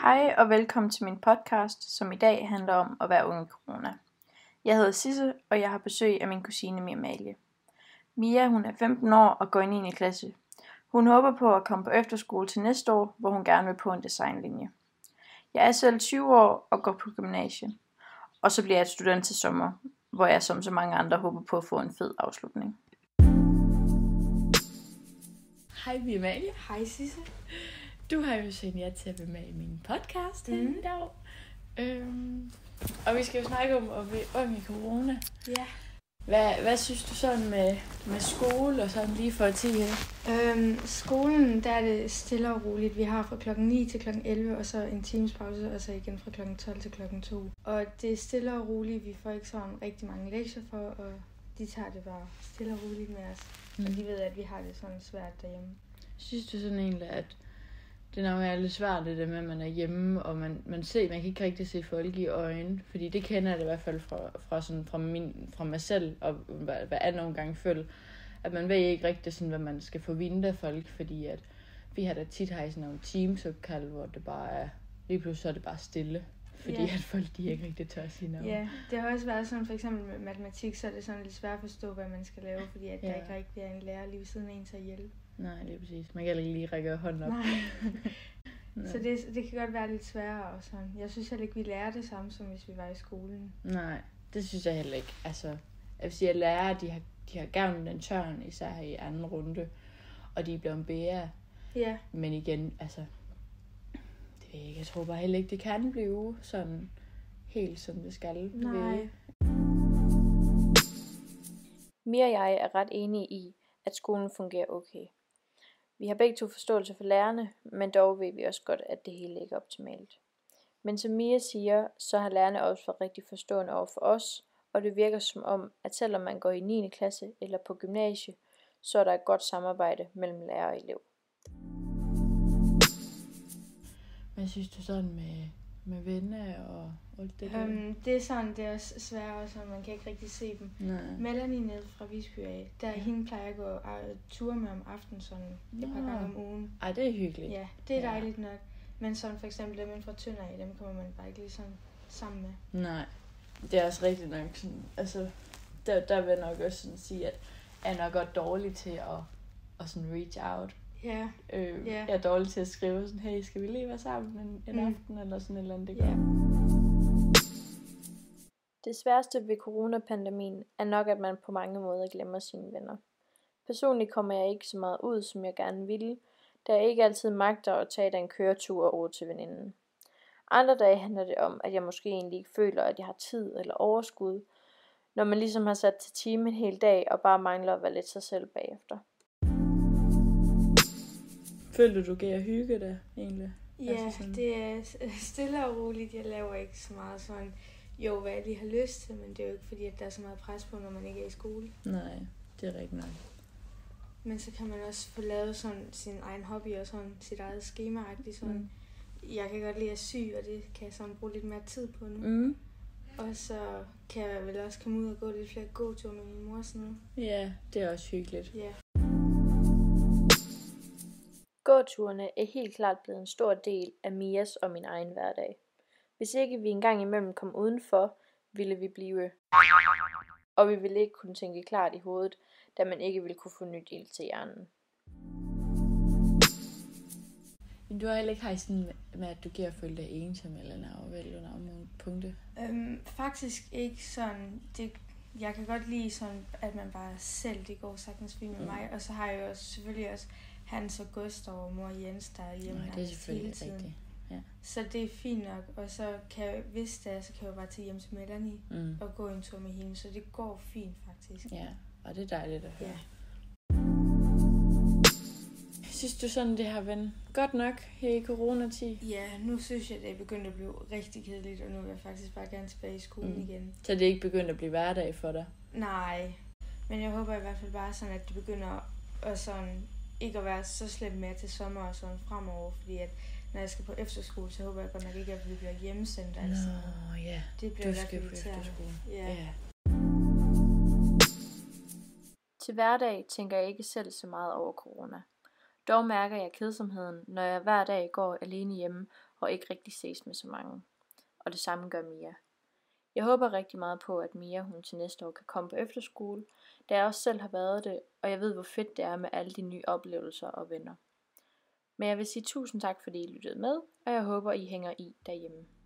Hej og velkommen til min podcast, som i dag handler om at være ung i corona. Jeg hedder Sisse, og jeg har besøg af min kusine Mia Amalie. Mia, hun er 15 år og går i 9. klasse. Hun håber på at komme på efterskole til næste år, hvor hun gerne vil på en designlinje. Jeg er selv 20 år og går på gymnasiet, og så bliver jeg et student til sommer, hvor jeg som så mange andre håber på at få en fed afslutning. Hej Mia Amalie. Hej Sisse. Du har jo sendt jer til at være med i min podcast i dag. Og vi skal jo snakke om at være ung i corona. Ja. Hvad synes du sådan med skole og sådan lige for at sige her? Skolen, der er det stille og roligt. Vi har fra klokken 9 til klokken 11, og så en times pause, og så igen fra klokken 12 til klokken 2. Og det er stille og roligt. Vi får ikke sådan rigtig mange lektier for, og de tager det bare stille og roligt med os. Og de ved, at vi har det sådan svært derhjemme. Synes du sådan egentlig, at det nok er lidt svært det der med, at man er hjemme, og man kan ikke rigtig se folk i øjnene, fordi det kender jeg det i hvert fald fra mig selv, og hvad jeg nogle gange føler, at man ved ikke rigtig sådan, hvad man skal forvente af folk, fordi at vi har da tit sådan nogle teamsopkald, hvor det bare er, lige pludselig så er det bare stille, fordi at folk de ikke rigtig tør at sige noget. Ja, det har også været sådan, for eksempel med matematik, så er det sådan lidt svært at forstå, hvad man skal lave, fordi at der ikke rigtig er en lærer lige ved siden af en til at hjælpe. Nej, det er præcis. Man kan ikke lige række hånden op. Nej. Så det kan godt være lidt sværere og sådan. Jeg synes heller ikke, vi lærer det samme, som hvis vi var i skolen. Nej, det synes jeg heller ikke. Altså, jeg vil sige, at lærere, de har gavnet den tørn, især i anden runde. Og de er blevet bedre. Ja. Men igen, altså, det ved jeg ikke. Jeg tror bare heller ikke, det kan blive sådan helt som det skal. Nej. Mia og jeg er ret enige i, at skolen fungerer okay. Vi har begge to forståelse for lærerne, men dog ved vi også godt, at det hele ikke er optimalt. Men som Mia siger, så har lærerne også været rigtig forstående over for os, og det virker som om, at selvom man går i 9. klasse eller på gymnasie, så er der et godt samarbejde mellem lærer og elev. Hvad synes du sådan med venner og alt det der? Det er sådan, det er også svært, også, man kan ikke rigtig se dem. Nej. Melanie nede fra Visby af, hende plejer at gå ture med om aftenen sådan et par gange om ugen. Ej, det er hyggeligt. Ja, det er dejligt nok. Men sådan for eksempel dem fra Tønder af, dem kommer man bare ikke lige sådan sammen med. Nej, det er også rigtigt nok sådan, altså, der vil jeg nok også sådan sige, at jeg er nok godt dårlig til at sådan reach out. Ja. Jeg er dårlig til at skrive sådan, hey, skal vi lige være sammen en aften, eller sådan et eller andet, det gør. Det sværeste ved coronapandemien er nok, at man på mange måder glemmer sine venner. Personligt kommer jeg ikke så meget ud, som jeg gerne ville, da jeg ikke altid magter at tage den køretur over til veninden. Andre dage handler det om, at jeg måske egentlig ikke føler, at jeg har tid eller overskud, når man ligesom har sat til time en hel dag og bare mangler at være lidt sig selv bagefter. Føler du kan hygge dig egentlig? Ja, det er stille og roligt. Jeg laver ikke så meget sådan, jo, hvad jeg lige har lyst til, men det er jo ikke fordi, at der er så meget pres på, når man ikke er i skole. Nej, det er rigtigt nok. Men så kan man også få lavet sådan sin egen hobby og sådan sit eget skema-agtigt sådan. Jeg kan godt lide at sy, og det kan jeg sådan bruge lidt mere tid på nu. Og så kan jeg vel også komme ud og gå lidt flere gåture med min mor og sådan noget. Ja, det er også hyggeligt. Ja. Gåturene er helt klart blevet en stor del af Mias og min egen hverdag. Hvis ikke vi engang imellem kom udenfor, ville vi blive. Og vi ville ikke kunne tænke klart i hovedet, da man ikke ville kunne få nyt ild til hjernen. Men du har heller ikke haft sådan med, at du giver at føle dig ensom eller noget nogle punkter? Faktisk ikke sådan. Jeg kan godt lide sådan, at man bare selv, det går sagtens fint med mig. Og så har jeg jo selvfølgelig også Hans og Gustav og mor Jens, der er hjemme hele tiden. Rigtigt. Ja. Så det er fint nok, og så kan jeg, hvis det er, så kan jeg bare tage hjem til Melanie og gå en tur med hende, så det går fint faktisk. Ja, og det er dejligt at høre. Ja. Synes du sådan, det har været godt nok her i coronatid? Ja, nu synes jeg, det er begyndt at blive rigtig kedeligt, og nu vil jeg faktisk bare gerne tilbage i skolen igen. Så det er ikke begyndt at blive hverdag for dig? Nej, men jeg håber i hvert fald bare sådan, at det begynder at sådan, ikke at være så slemt mere til sommer og sådan fremover, fordi at når jeg skal på efterskole, så håber jeg godt nok ikke, at vi bliver hjemmesendt. Altså. Nå, ja. Det bliver du skal på efterskole. Ja. Til hverdag tænker jeg ikke selv så meget over corona. Dog mærker jeg kedsomheden, når jeg hver dag går alene hjemme og ikke rigtig ses med så mange. Og det samme gør Mia. Jeg håber rigtig meget på, at Mia hun til næste år kan komme på efterskole, da jeg også selv har været det, og jeg ved, hvor fedt det er med alle de nye oplevelser og venner. Men jeg vil sige tusind tak, fordi I lyttede med, og jeg håber, I hænger i derhjemme.